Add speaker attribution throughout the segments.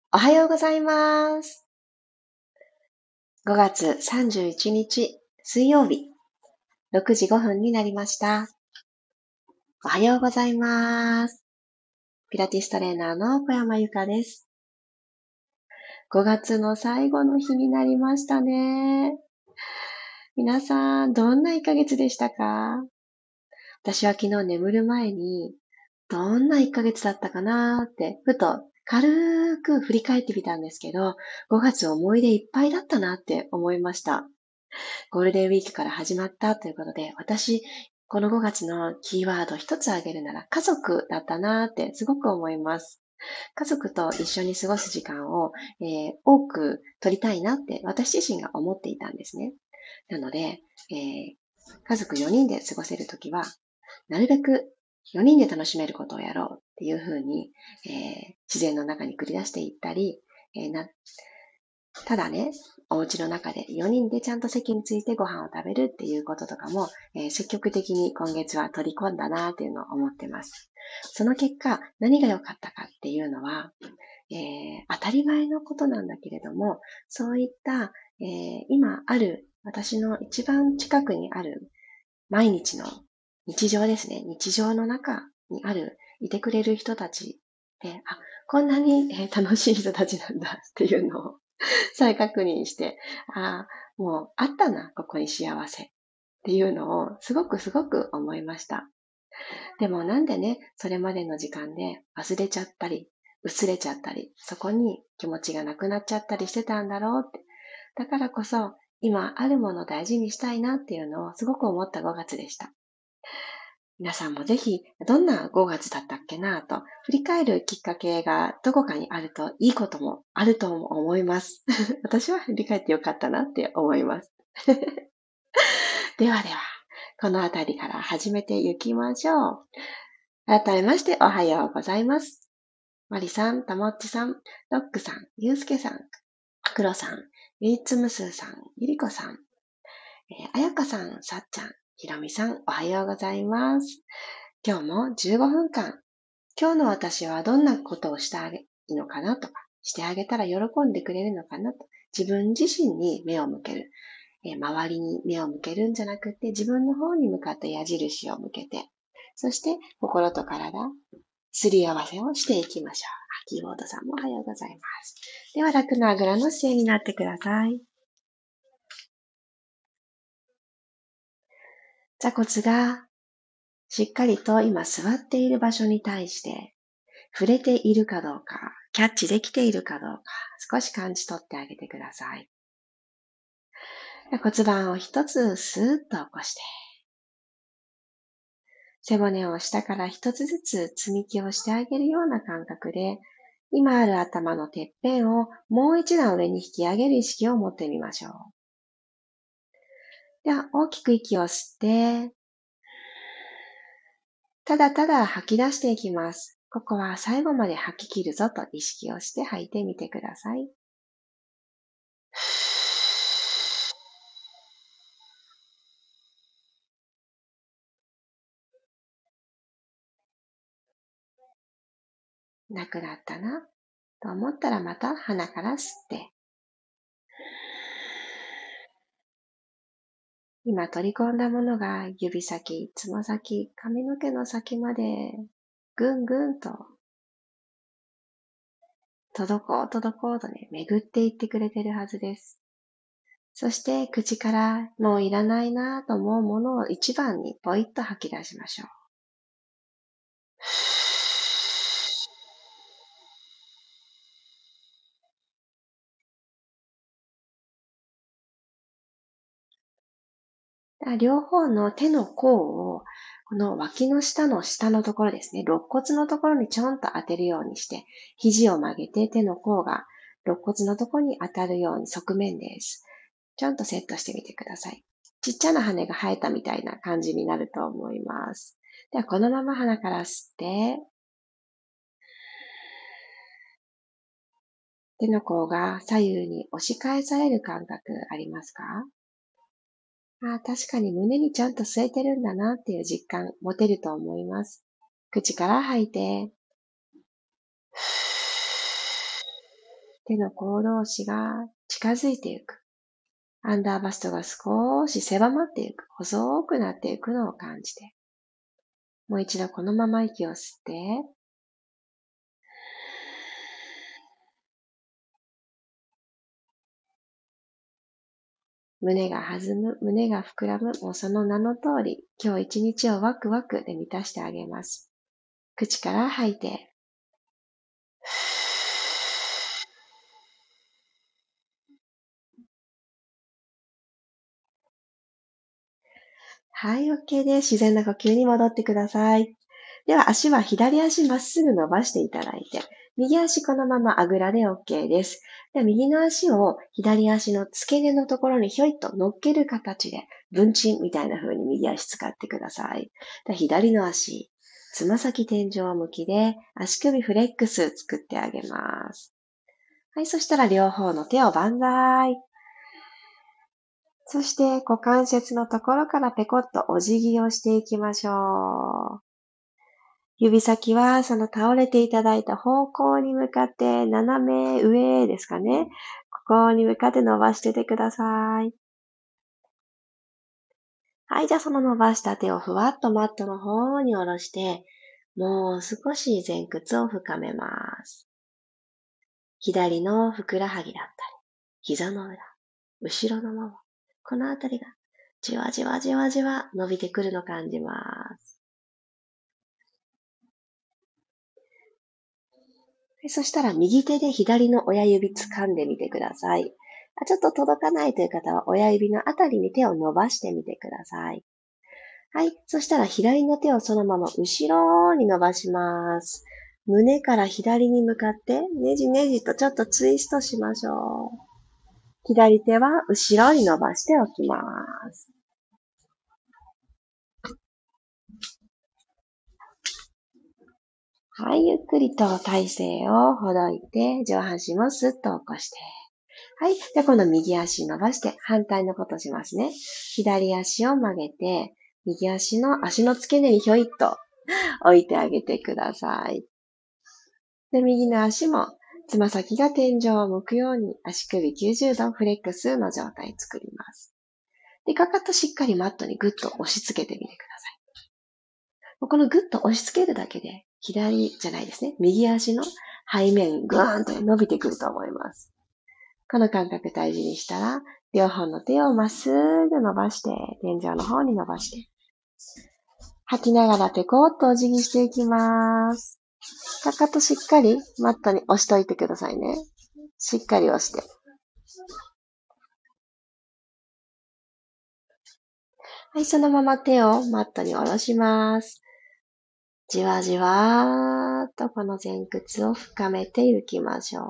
Speaker 1: おはようございます。5月31日水曜日6時5分になりました。おはようございます。ピラティストレーナーの小山由かです。5月の最後の日になりましたね。皆さん、どんな1ヶ月でしたか？私は昨日眠る前に、どんな1ヶ月だったかなーって、ふと軽く振り返ってみたんですけど、5月思い出いっぱいだったなって思いました。ゴールデンウィークから始まったということで、私、この5月のキーワード一つ挙げるなら家族だったなーってすごく思います。家族と一緒に過ごす時間を、多く取りたいなって私自身が思っていたんですね。なので、家族4人で過ごせるときは、なるべく4人で楽しめることをやろうっていうふうに、自然の中に繰り出していったり、ただね、お家の中で4人でちゃんと席についてご飯を食べるっていうこととかも、積極的に今月は取り込んだなっていうのを思ってます。その結果、何が良かったかっていうのは、当たり前のことなんだけれども、そういった、今ある私の一番近くにある毎日の日常ですね。日常の中にある、いてくれる人たちで、こんなに楽しい人たちなんだっていうのを再確認して、もうあったな、ここに幸せっていうのをすごくすごく思いました。でもなんでね、それまでの時間で忘れちゃったり、薄れちゃったり、そこに気持ちがなくなっちゃったりしてたんだろうって。だからこそ、今あるものを大事にしたいなっていうのをすごく思った5月でした。皆さんもぜひ、どんな5月だったっけなと、振り返るきっかけがどこかにあるといいこともあると思います。私は振り返ってよかったなって思います。ではでは、このあたりから始めていきましょう。改めましておはようございます。マリさん、たもっちさん、ロックさん、ゆうすけさん、クロさん、ゆいつむすーさん、ゆりこさん、あやかさん、さっちゃん、ひろみさん、おはようございます。今日も15分間、今日の私はどんなことをしてあげいいのかなとか、してあげたら喜んでくれるのかなと、自分自身に目を向ける。周りに目を向けるんじゃなくて、自分の方に向かって矢印を向けて、そして心と体、すり合わせをしていきましょう。キーボードさんもおはようございます。では、楽なあぐらの姿勢になってください。座骨がしっかりと今座っている場所に対して触れているかどうか、キャッチできているかどうか、少し感じ取ってあげてください。骨盤を一つスーッと起こして、背骨を下から一つずつ積み木をしてあげるような感覚で、今ある頭のてっぺんをもう一段上に引き上げる意識を持ってみましょう。では、大きく息を吸って、ただただ吐き出していきます。ここは最後まで吐き切るぞと意識をして吐いてみてください。なくなったなと思ったらまた鼻から吸って、今取り込んだものが指先、つま先、髪の毛の先までぐんぐんと届こうとね、巡っていってくれてるはずです。そして口からもういらないなと思うものを一番にポイッと吐き出しましょう。両方の手の甲を、この脇の下の下のところですね、肋骨のところにちょんと当てるようにして、肘を曲げて手の甲が肋骨のところに当たるように側面です。ちょんとセットしてみてください。ちっちゃな羽が生えたみたいな感じになると思います。では、このまま鼻から吸って、手の甲が左右に押し返される感覚ありますか？確かに胸にちゃんと吸えてるんだなっていう実感持てると思います。口から吐いて、 手の甲同士が近づいていく。アンダーバストが少し狭まっていく。細くなっていくのを感じて。もう一度このまま息を吸って、胸が弾む、胸が膨らむ、もうその名の通り、今日一日をワクワクで満たしてあげます。口から吐いて、はい、OK です。自然な呼吸に戻ってください。では、足は左足まっすぐ伸ばしていただいて、右足このままあぐらで OK です。では、右の足を左足の付け根のところにひょいっと乗っける形で、文鎮みたいな風に右足使ってください。では、左の足、つま先天井向きで、足首フレックス作ってあげます。はい、そしたら両方の手を万歳。そして股関節のところからペコッとお辞儀をしていきましょう。指先はその倒れていただいた方向に向かって斜め上ですかね。ここに向かって伸ばしててください。はい、じゃあその伸ばした手をふわっとマットの方に下ろして、もう少し前屈を深めます。左のふくらはぎだったり、膝の裏、後ろのもも、このあたりがじわじわじわじわ伸びてくるのを感じます。そしたら右手で左の親指掴んでみてください。ちょっと届かないという方は親指のあたりに手を伸ばしてみてください。はい。そしたら左の手をそのまま後ろに伸ばします。胸から左に向かってねじねじとちょっとツイストしましょう。左手は後ろに伸ばしておきます。はい。ゆっくりと体勢をほどいて上半身もスッと起こして。はい。で、今度右足伸ばして反対のことしますね。左足を曲げて、右足の足の付け根にひょいっと置いてあげてください。で、右の足もつま先が天井を向くように足首90度フレックスの状態作ります。で、かかとしっかりマットにグッと押し付けてみてください。このグッと押し付けるだけで、左じゃないですね。右足の背面グーンと伸びてくると思います。この感覚大事にしたら、両方の手をまっすぐ伸ばして、天井の方に伸ばして、吐きながらペコッとお辞儀していきます。かかとしっかりマットに押しといてくださいね。しっかり押して。はい、そのまま手をマットに下ろします。じわじわーっとこの前屈を深めていきましょ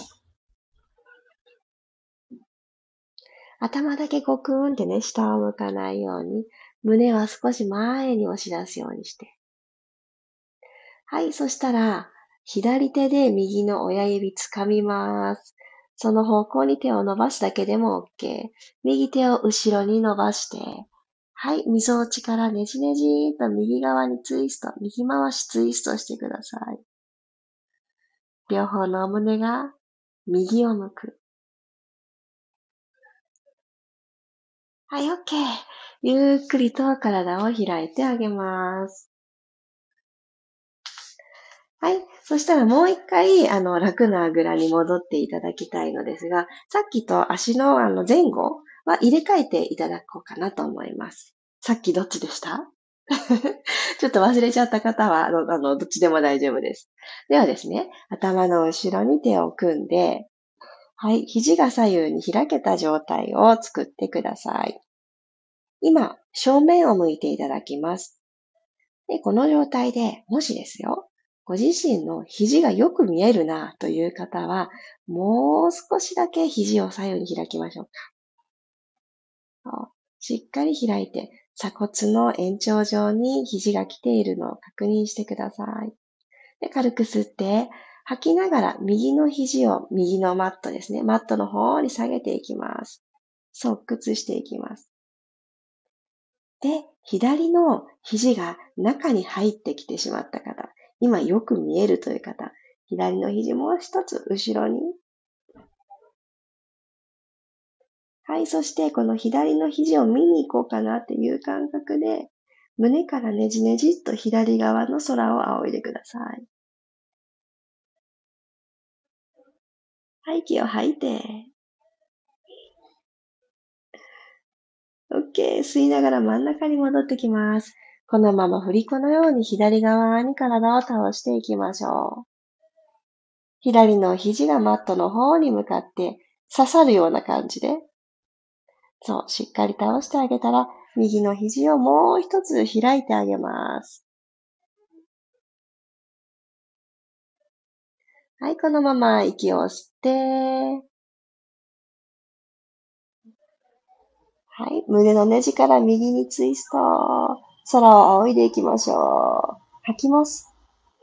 Speaker 1: う。頭だけゴクーンってね、下を向かないように、胸は少し前に押し出すようにして。はい、そしたら、左手で右の親指掴みます。その方向に手を伸ばすだけでも OK。右手を後ろに伸ばして、はい、溝落ちからねじねじーっと右側にツイスト、右回しツイストしてください。両方のお胸が右を向く。はい、OK。ゆっくりと体を開いてあげます。はい。そしたらもう一回、楽なあぐらに戻っていただきたいのですが、さっきと足の前後は入れ替えていただこうかなと思います。さっきどっちでしたちょっと忘れちゃった方は、どっちでも大丈夫です。ではですね、頭の後ろに手を組んで、はい、肘が左右に開けた状態を作ってください。今、正面を向いていただきます。で、この状態で、もしですよ、ご自身の肘がよく見えるなという方は、もう少しだけ肘を左右に開きましょうか。しっかり開いて、鎖骨の延長上に肘が来ているのを確認してください。で、軽く吸って、吐きながら右の肘を右のマットですね。マットの方に下げていきます。側屈していきます。で、左の肘が中に入ってきてしまった方、今よく見えるという方、左の肘もう一つ後ろにはい、そしてこの左の肘を見に行こうかなっていう感覚で、胸からねじねじっと左側の空を仰いでください。はい、息を吐いて。OK。吸いながら真ん中に戻ってきます。このまま振り子のように左側に体を倒していきましょう。左の肘がマットの方に向かって刺さるような感じで、そう、しっかり倒してあげたら、右の肘をもう一つ開いてあげます。はい、このまま息を吸って、はい、胸のネジから右にツイスト、空を仰いでいきましょう。吐きます。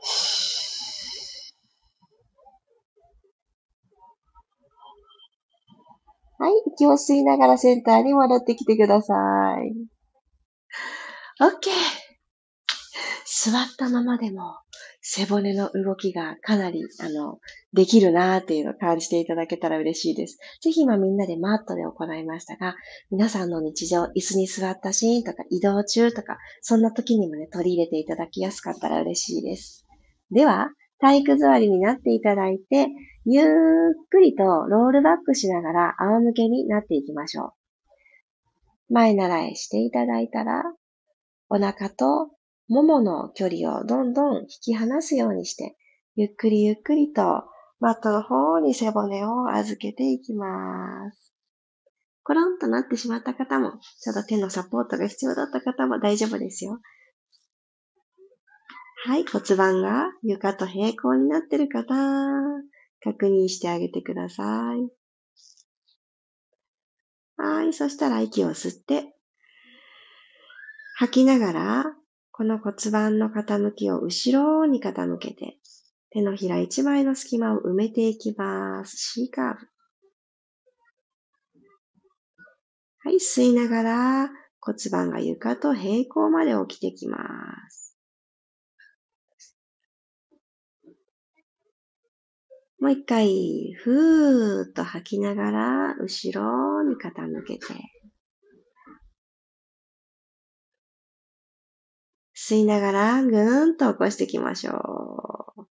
Speaker 1: はい、息を吸いながらセンターに戻ってきてください。OK。座ったままでも背骨の動きがかなり、できるなーっていうのを感じていただけたら嬉しいです。ぜひ今みんなでマットで行いましたが、皆さんの日常、椅子に座ったシーンとか移動中とか、そんな時にもね、取り入れていただきやすかったら嬉しいです。では、体育座りになっていただいて、ゆっくりとロールバックしながら仰向けになっていきましょう。前習いしていただいたら、お腹とももの距離をどんどん引き離すようにして、ゆっくりゆっくりとマットの方に背骨を預けていきます。コロンとなってしまった方も、ちょっと手のサポートが必要だった方も大丈夫ですよ。はい、骨盤が床と平行になっている方、確認してあげてください。はい、そしたら息を吸って、吐きながら、この骨盤の傾きを後ろに傾けて、手のひら一枚の隙間を埋めていきます。C カーブ。はい、吸いながら骨盤が床と平行まで起きてきます。もう一回、ふーっと吐きながら後ろに傾けて。吸いながらぐーんと起こしていきましょう。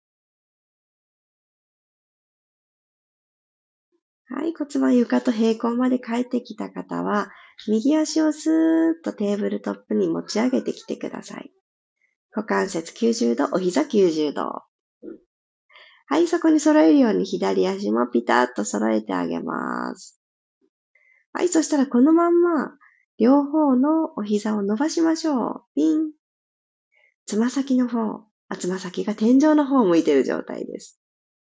Speaker 1: はい、骨盤床と平行まで帰ってきた方は、右足をスーッとテーブルトップに持ち上げてきてください。股関節90度、お膝90度。はい、そこに揃えるように左足もピタッと揃えてあげます。はい、そしたらこのまんま、両方のお膝を伸ばしましょう。ピン。つま先の方、つま先が天井の方を向いている状態です。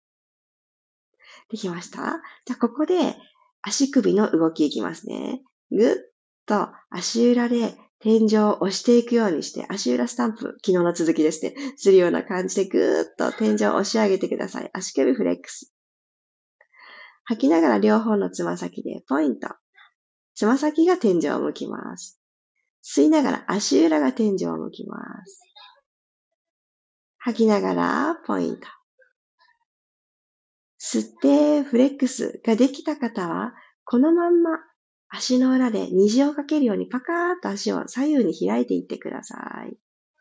Speaker 1: できました？じゃあここで足首の動きいきますね。ぐっと足裏で天井を押していくようにして、足裏スタンプ、昨日の続きですね、するような感じでぐーっと天井を押し上げてください。足首フレックス。吐きながら両方のつま先でポイント。つま先が天井を向きます。吸いながら足裏が天井を向きます。吐きながらポイント。吸ってフレックスができた方は、このまんま足の裏で虹をかけるようにパカーッと足を左右に開いていってください。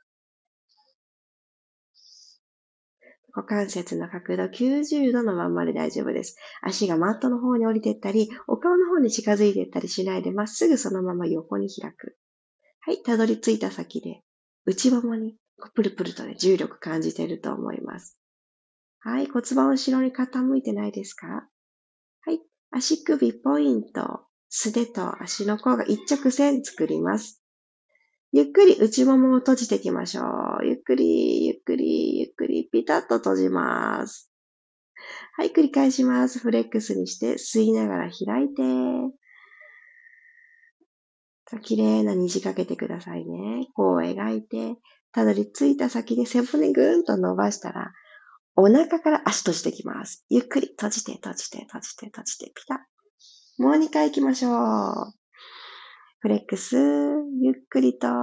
Speaker 1: 股関節の角度90度のまんまで大丈夫です。足がマットの方に降りていったり、お顔の方に近づいていったりしないで、まっすぐそのまま横に開く。はい、たどり着いた先で、内ももにプルプルとね、重力感じていると思います。はい、骨盤後ろに傾いてないですか？はい、足首ポイント、素手と足の甲が一直線作ります。ゆっくり内ももを閉じていきましょう。ゆっくり、ゆっくり、ゆっくり、ピタッと閉じます。はい、繰り返します。フレックスにして、吸いながら開いて、綺麗な虹かけてくださいね。こう描いて、たどり着いた先で背骨ぐーんと伸ばしたら、お腹から足閉じていきます。ゆっくり閉じて、閉じて、閉じて、閉じて、ピタッ。もう2回行きましょう。フレックス、ゆっくりと、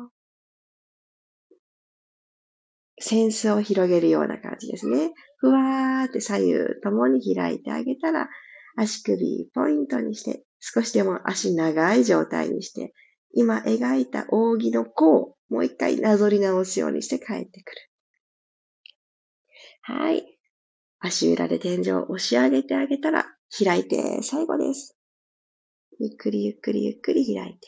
Speaker 1: センスを広げるような感じですね。ふわーって左右ともに開いてあげたら、足首ポイントにして、 少しでも足長い状態にして、今描いた扇の弧をもう一回なぞり直すようにして帰ってくる。はい。足裏で天井を押し上げてあげたら、開いて最後です。ゆっくりゆっくりゆっくり開いて。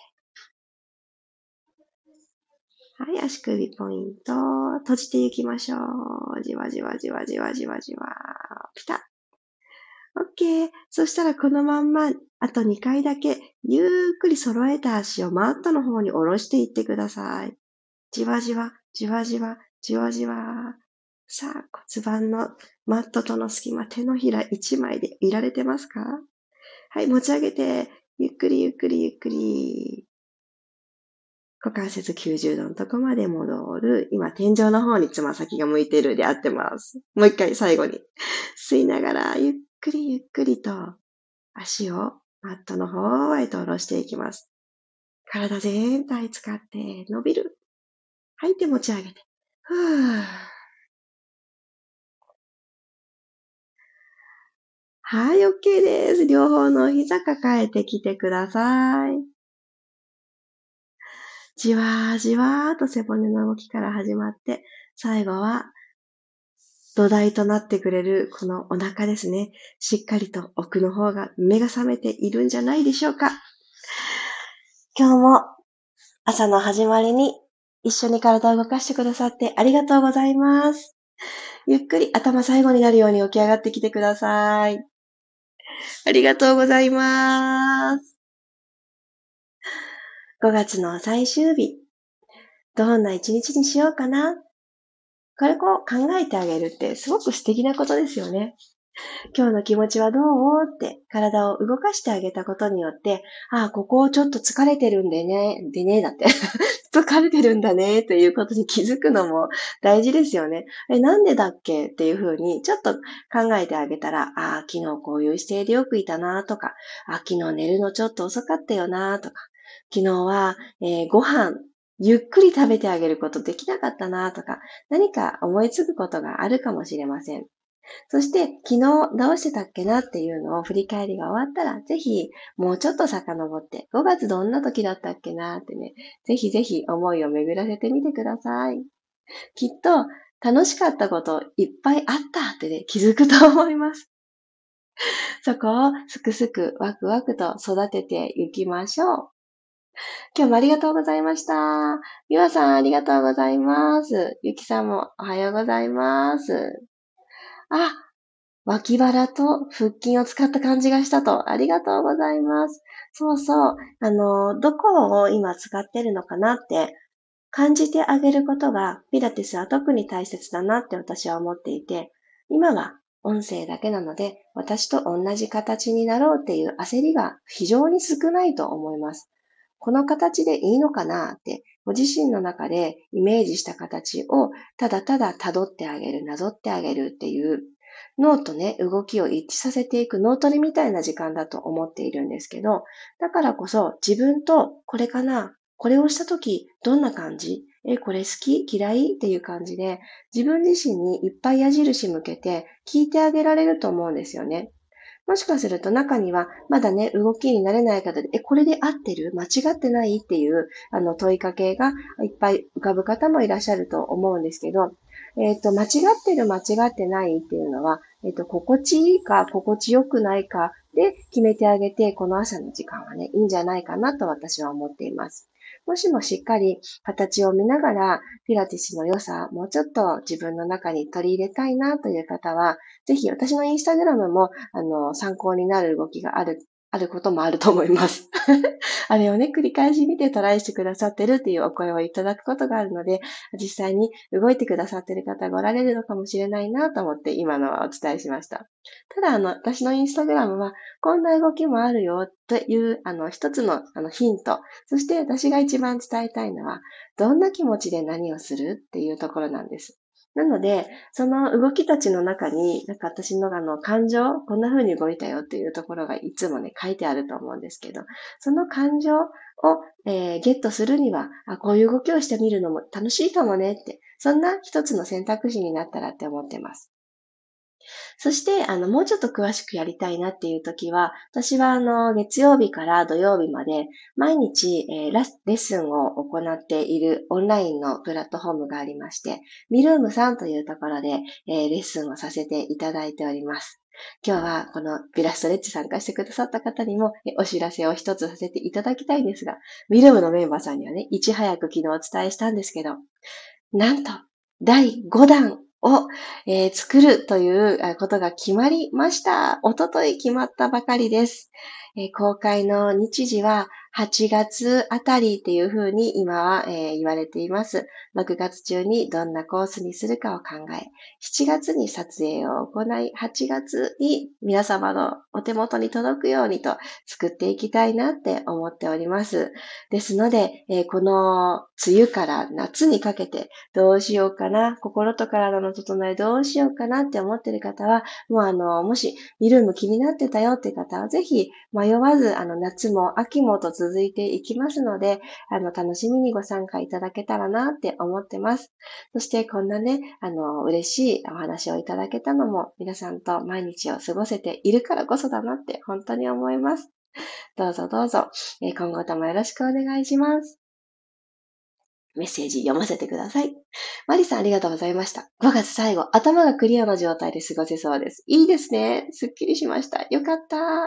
Speaker 1: はい、足首ポイント。閉じていきましょう。じわじわじわじわじわじわ。ピタッ。OK。そしたらこのまんま、あと2回だけ、ゆっくり揃えた足をマットの方に下ろしていってください。じわじわ、じわじわ、じわじわ。さあ、骨盤のマットとの隙間、手のひら1枚でいられてますか？はい、持ち上げて、ゆっくりゆっくりゆっくり。股関節90度のとこまで戻る。今、天井の方につま先が向いているで合ってます。もう一回最後に。吸いながら、ゆっくりゆっくりと足をマットの方へと下ろしていきます。体全体使って伸びる。吐いて持ち上げて。ふぅ。はい、OK です。両方の膝抱えてきてください。じわーじわーと背骨の動きから始まって、最後は土台となってくれるこのお腹ですね。しっかりと奥の方が目が覚めているんじゃないでしょうか。今日も朝の始まりに一緒に体を動かしてくださってありがとうございます。ゆっくり頭最後になるように起き上がってきてください。ありがとうございます。5月の最終日、どんな一日にしようかな。これを考えてあげるってすごく素敵なことですよね。今日の気持ちはどうって体を動かしてあげたことによって、ああ、ここちょっと疲れてるんでね、だって。疲れてるんだね、ということに気づくのも大事ですよね。なんでだっけっていうふうにちょっと考えてあげたら、ああ、昨日こういう姿勢でよくいたなとか、あ、昨日寝るのちょっと遅かったよなとか、昨日は、ご飯、ゆっくり食べてあげることできなかったなとか、何か思いつくことがあるかもしれません。そして、昨日どうしてたっけなっていうのを振り返りが終わったら、ぜひ、もうちょっと遡って、5月どんな時だったっけなってね、ぜひぜひ思いを巡らせてみてください。きっと、楽しかったこといっぱいあったってね、気づくと思います。そこをすくすくワクワクと育てていきましょう。今日もありがとうございました。ゆあさんありがとうございます。ゆきさんもおはようございます。あ、脇腹と腹筋を使った感じがしたと。ありがとうございます。そうそう。どこを今使ってるのかなって感じてあげることが、ピラティスは特に大切だなって私は思っていて、今は音声だけなので、私と同じ形になろうっていう焦りが非常に少ないと思います。この形でいいのかなって、ご自身の中でイメージした形をただただ辿ってあげる、なぞってあげるっていう脳とね、動きを一致させていく脳トレみたいな時間だと思っているんですけど、だからこそ自分とこれかな、これをしたときどんな感じ、これ好き嫌いっていう感じで自分自身にいっぱい矢印向けて聞いてあげられると思うんですよね。もしかすると中には、まだね、動きになれない方で、これで合ってる間違ってないっていう、問いかけがいっぱい浮かぶ方もいらっしゃると思うんですけど、間違ってる間違ってないっていうのは、心地いいか心地よくないかで決めてあげて、この朝の時間はね、いいんじゃないかなと私は思っています。もしもしっかり形を見ながら、ピラティスの良さ、もうちょっと自分の中に取り入れたいなという方は、ぜひ私のインスタグラムも、参考になる動きがあることもあると思います。あれをね、繰り返し見てトライしてくださってるっていうお声をいただくことがあるので、実際に動いてくださってる方がおられるのかもしれないなと思って今のはお伝えしました。ただ、私のインスタグラムは、こんな動きもあるよという、一つの、ヒント。そして私が一番伝えたいのは、どんな気持ちで何をするっていうところなんです。なので、その動きたちの中に、なんか私の感情、こんな風に動いたよっていうところがいつもね、書いてあると思うんですけど、その感情を、ゲットするには、こういう動きをしてみるのも楽しいかもねって、そんな一つの選択肢になったらって思ってます。 そして、もうちょっと詳しくやりたいなっていう時は、私は、月曜日から土曜日まで、毎日、レッスンを行っているオンラインのプラットフォームがありまして、ミルームさんというところで、レッスンをさせていただいております。今日はこのビラストレッチ参加してくださった方にもお知らせを一つさせていただきたいんですが、ミルームのメンバーさんにはね、いち早く昨日お伝えしたんですけど、なんと、第5弾を、作るということが決まりました。おととい決まったばかりです。公開の日時は8月あたりっていうふうに今は、言われています。6月中にどんなコースにするかを考え、7月に撮影を行い、8月に皆様のお手元に届くようにと作っていきたいなって思っております。ですので、この梅雨から夏にかけてどうしようかな、心と体の整えどうしようかなって思っている方は、もうもしリルーム気になってたよっていう方は、ぜひ迷わず、夏も秋もと続いていきますので、楽しみにご参加いただけたらなって思ってます。そしてこんなね、嬉しいお話をいただけたのも、皆さんと毎日を過ごせているからこそだなって本当に思います。どうぞどうぞ、今後ともよろしくお願いします。メッセージ読ませてください。マリさんありがとうございました。5月最後、頭がクリアな状態で過ごせそうです。いいですね。すっきりしました。よかった。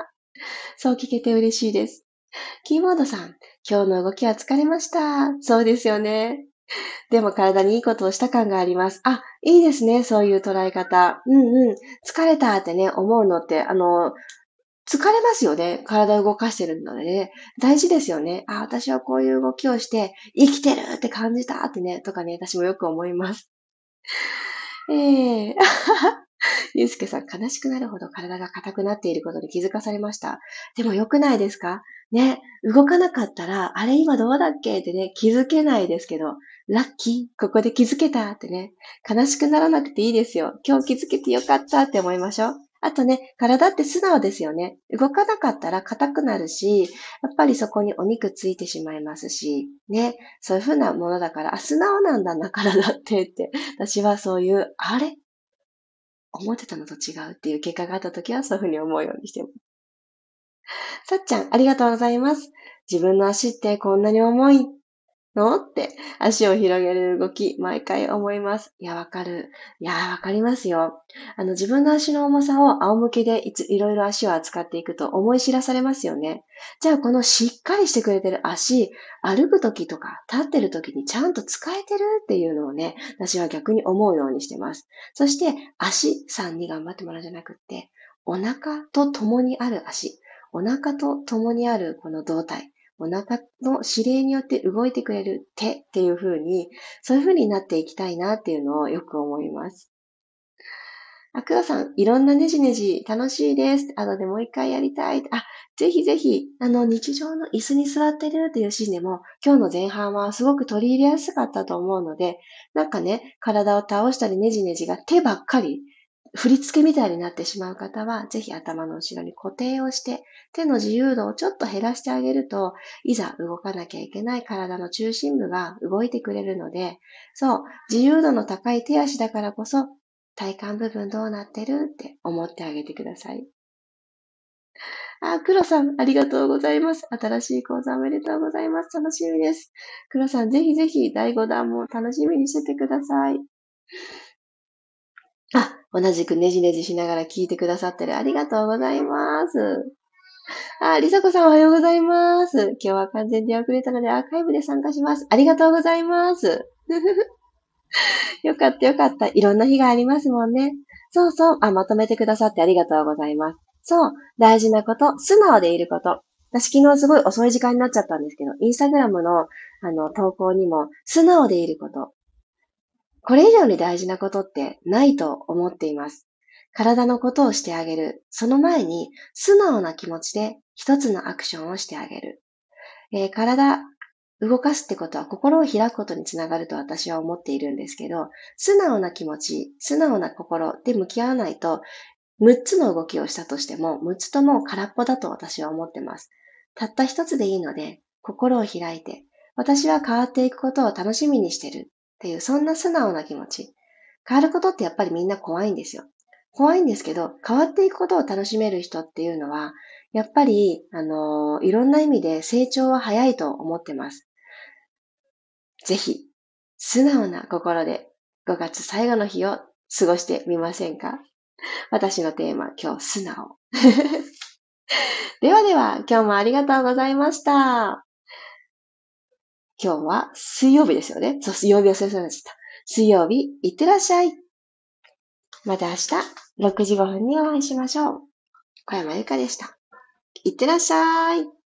Speaker 1: そう聞けて嬉しいです。キーボードさん、今日の動きは疲れました。そうですよね。でも体にいいことをした感があります。あ、いいですね。そういう捉え方。うんうん。疲れたってね、思うのって、疲れますよね。体を動かしてるのでね。大事ですよね。あ、私はこういう動きをして生きてるって感じたってね、とかね、私もよく思います。ええゆうすけさん、悲しくなるほど体が硬くなっていることに気づかされました。でも良くないですかね、動かなかったら、あれ今どうだっけってね、気づけないですけど、ラッキー、ここで気づけたってね、悲しくならなくていいですよ。今日気づけてよかったって思いましょう。あとね、体って素直ですよね。動かなかったら硬くなるし、やっぱりそこにお肉ついてしまいますし、ね、そういう風なものだから、あ、素直なんだな、体って、私はそういう、あれ思ってたのと違うっていう結果があったときはそういうふうに思うようにしてます。さっちゃん、ありがとうございます。自分の足ってこんなに重いのって足を広げる動き、毎回思います。いや、わかる。いや、わかりますよ。自分の足の重さを仰向けでいろいろ足を扱っていくと思い知らされますよね。じゃあ、このしっかりしてくれてる足、歩くときとか立ってるときにちゃんと使えてるっていうのをね、私は逆に思うようにしてます。そして、足さんに頑張ってもらうんじゃなくって、お腹と共にある足、お腹と共にあるこの胴体、お腹の指令によって動いてくれる手っていう風に、そういう風になっていきたいなっていうのをよく思います。あ、くろさん、いろんなねじねじ楽しいです。でもう一回やりたい。あ、ぜひぜひ、日常の椅子に座ってるっていうシーンでも、今日の前半はすごく取り入れやすかったと思うので、なんかね、体を倒したりねじねじが手ばっかり振り付けみたいになってしまう方は、ぜひ頭の後ろに固定をして、手の自由度をちょっと減らしてあげると、いざ動かなきゃいけない体の中心部が動いてくれるので、そう、自由度の高い手足だからこそ、体幹部分どうなってるって思ってあげてください。あ、黒さん、ありがとうございます。新しい講座おめでとうございます。楽しみです。黒さん、ぜひぜひ第5弾も楽しみにしててください。あ、同じくねじねじしながら聞いてくださってる。ありがとうございます。あ、りさこさんおはようございます。今日は完全に遅れたのでアーカイブで参加します。ありがとうございます。よかったよかった。いろんな日がありますもんね。そうそう。あ、まとめてくださってありがとうございます。そう。大事なこと。素直でいること。私昨日すごい遅い時間になっちゃったんですけど、インスタグラムの投稿にも素直でいること。これ以上に大事なことってないと思っています。体のことをしてあげる。その前に素直な気持ちで一つのアクションをしてあげる。体、動かすってことは心を開くことにつながると私は思っているんですけど、素直な気持ち、素直な心で向き合わないと、6つの動きをしたとしても、6つとも空っぽだと私は思ってます。たった一つでいいので、心を開いて、私は変わっていくことを楽しみにしてるっていう、そんな素直な気持ち。変わることってやっぱりみんな怖いんですよ。 怖いんですけど、変わっていくことを楽しめる人っていうのは、やっぱり、いろんな意味で成長は早いと思ってます。ぜひ、素直な心で5月最後の日を過ごしてみませんか？私のテーマ、今日素直。ではでは、今日もありがとうございました。今日は水曜日ですよね。そう、水曜日忘れそうになっちゃった。水曜日、いってらっしゃい。また明日、6時5分にお会いしましょう。小山由かでした。いってらっしゃい。